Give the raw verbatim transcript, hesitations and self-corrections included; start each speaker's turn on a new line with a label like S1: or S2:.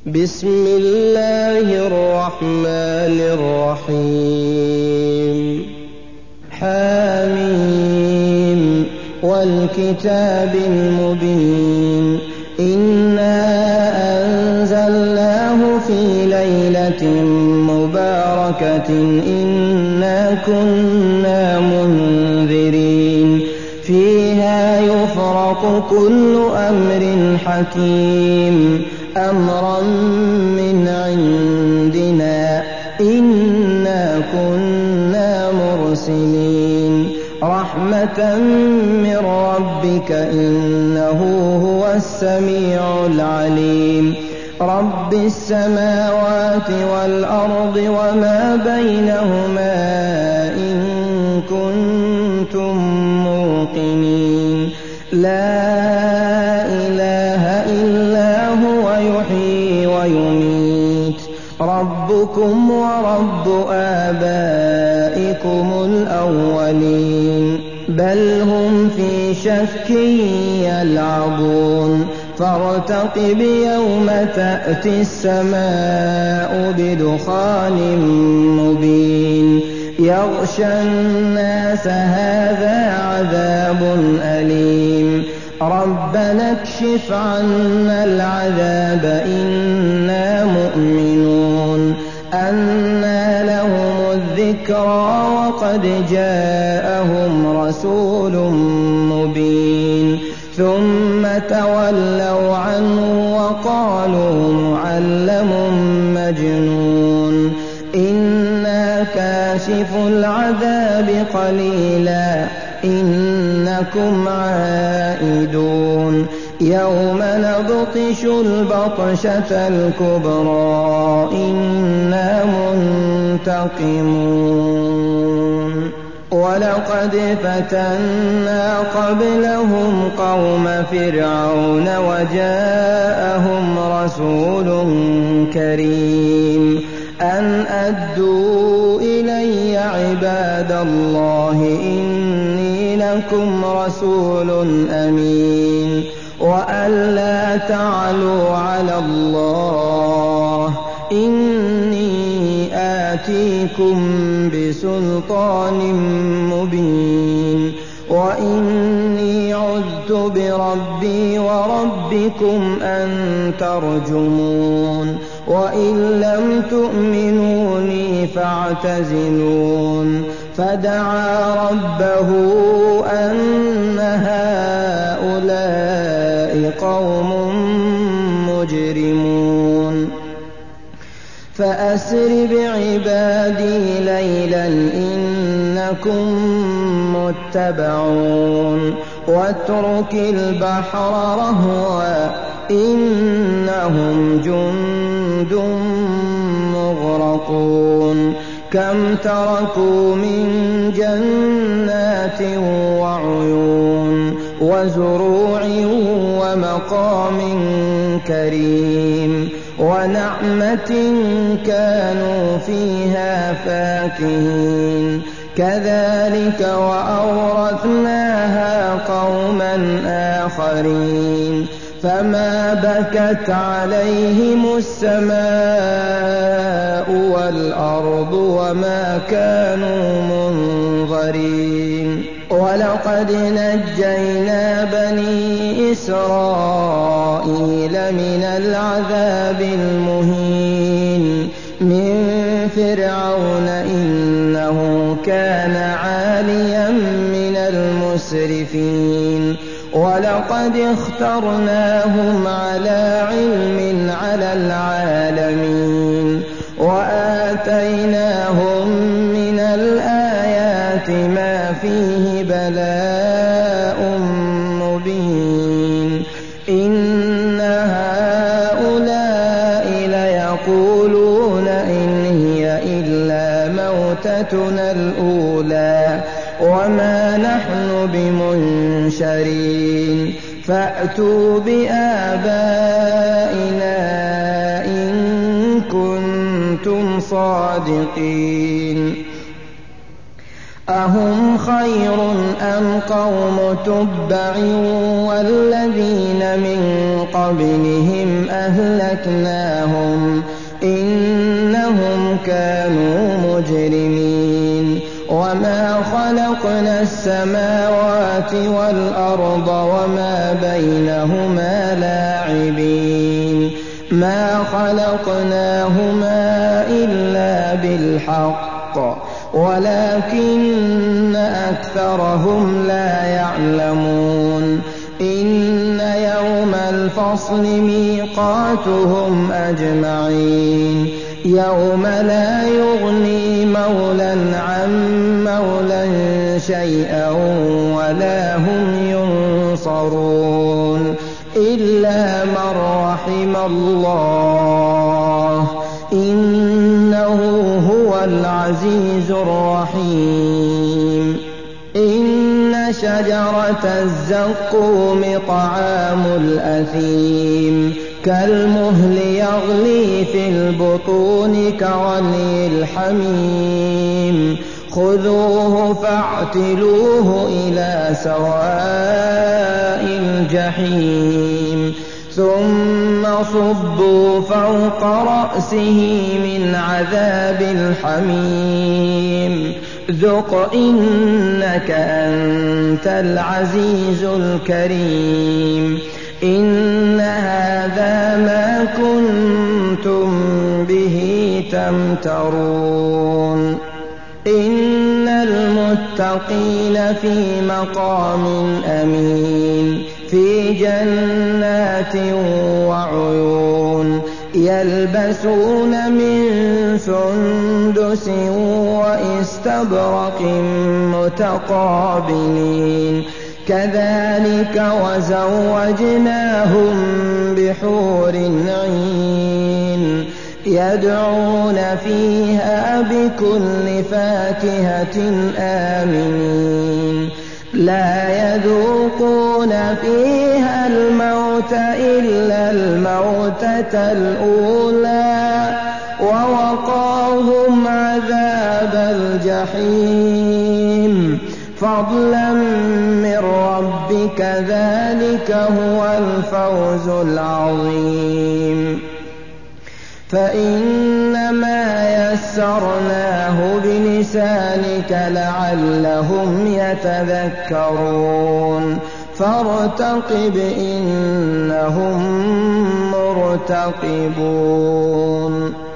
S1: بسم الله الرحمن الرحيم حاميم والكتاب المبين إنا أنزلناه في ليلة مباركة إنا كنا منذرين فيها يفرق كل أمر حكيم أمرا من عندنا إنا كنا مرسلين رحمة من ربك إنه هو السميع العليم رب السماوات والأرض وما بينهما إن كنتم موقنين لا إله إلا هو يحيي ويميت ربكم ورب آبائكم الأولين بل هم في شك يلعبون فارتقب يوم تأتي السماء بدخان مبين يغشى الناس هذا عذاب أليم ربنا اكشف عنا العذاب إنا مؤمنون أنى لهم الذكرى وقد جاءهم رسول مبين ثم تولوا عنه وقالوا معلم مجنون إنا كاشف العذاب قليلا إنكم عائدون يوم نبطش البطشة الكبرى إنا منتقمون ولقد فتنا قبلهم قوم فرعون وجاءهم رسول كريم أن أدوا إلي عباد الله إني لكم رسول أمين وأن لا تعلوا على الله إني آتيكم بسلطان مبين وإني عذت بربي وربكم أن ترجمون وإن لم تؤمنوني فاعتزلون فدعا ربه أن هؤلاء قوم مجرمون فأسر بعبادي ليلا إنكم متبعون واترك البحر رهوا إنهم جند مغرقون كم تركوا من جنات وعيون وزروع ومقام كريم ونعمة كانوا فيها فاكهين كذلك وأورثناها قوما آخرين فما بكت عليهم السماء والأرض وما كانوا منظرين ولقد نجينا بني إسرائيل من العذاب المهين من فرعون إنه كان عاليا من المسرفين ولقد اخترناهم على علم على العالمين وآتيناهم من الآيات ما فيه بلاء مبين إن هؤلاء ليقولون إن هي إلا موتتنا الأولى وما نحن بمنشرين فأتوا بآبائنا إن كنتم صادقين أهم خير أم قوم تبع والذين من قبلهم أهلكناهم إنهم كانوا مجرمين وما خلقنا السماوات والأرض وما بينهما لاعبين ما خلقناهما إلا بالحق ولكن أكثرهم لا يعلمون إن يوم الفصل ميقاتهم أجمعين يوم لا يغني مولى عن مولى شيئا ولا هم ينصرون إلا من رحم الله إنه هو العزيز الرحيم إن شجرة الزقوم طعام الأثيم كالمهل يغلي في البطون كغلي الحميم خذوه فاعتلوه إلى سواء الجحيم ثم صبوا فوق رأسه من عذاب الحميم ذق إنك أنت العزيز الكريم إن هذا ما كنتم به تمترون إن المتقين في مقام أمين في جنات وعيون يلبسون من سندس وإستبرق متقابلين كذلك وزوجناهم بحور عين يدعون فيها بكل فاكهة آمنين لا يذوقون فيها الموت إلا الموتة الأولى ووقاهم عذاب الجحيم فضلا من ربك ذلك هو الفوز العظيم فإنما يسرناه بلسانك لعلهم يتذكرون فارتقب إنهم مرتقبون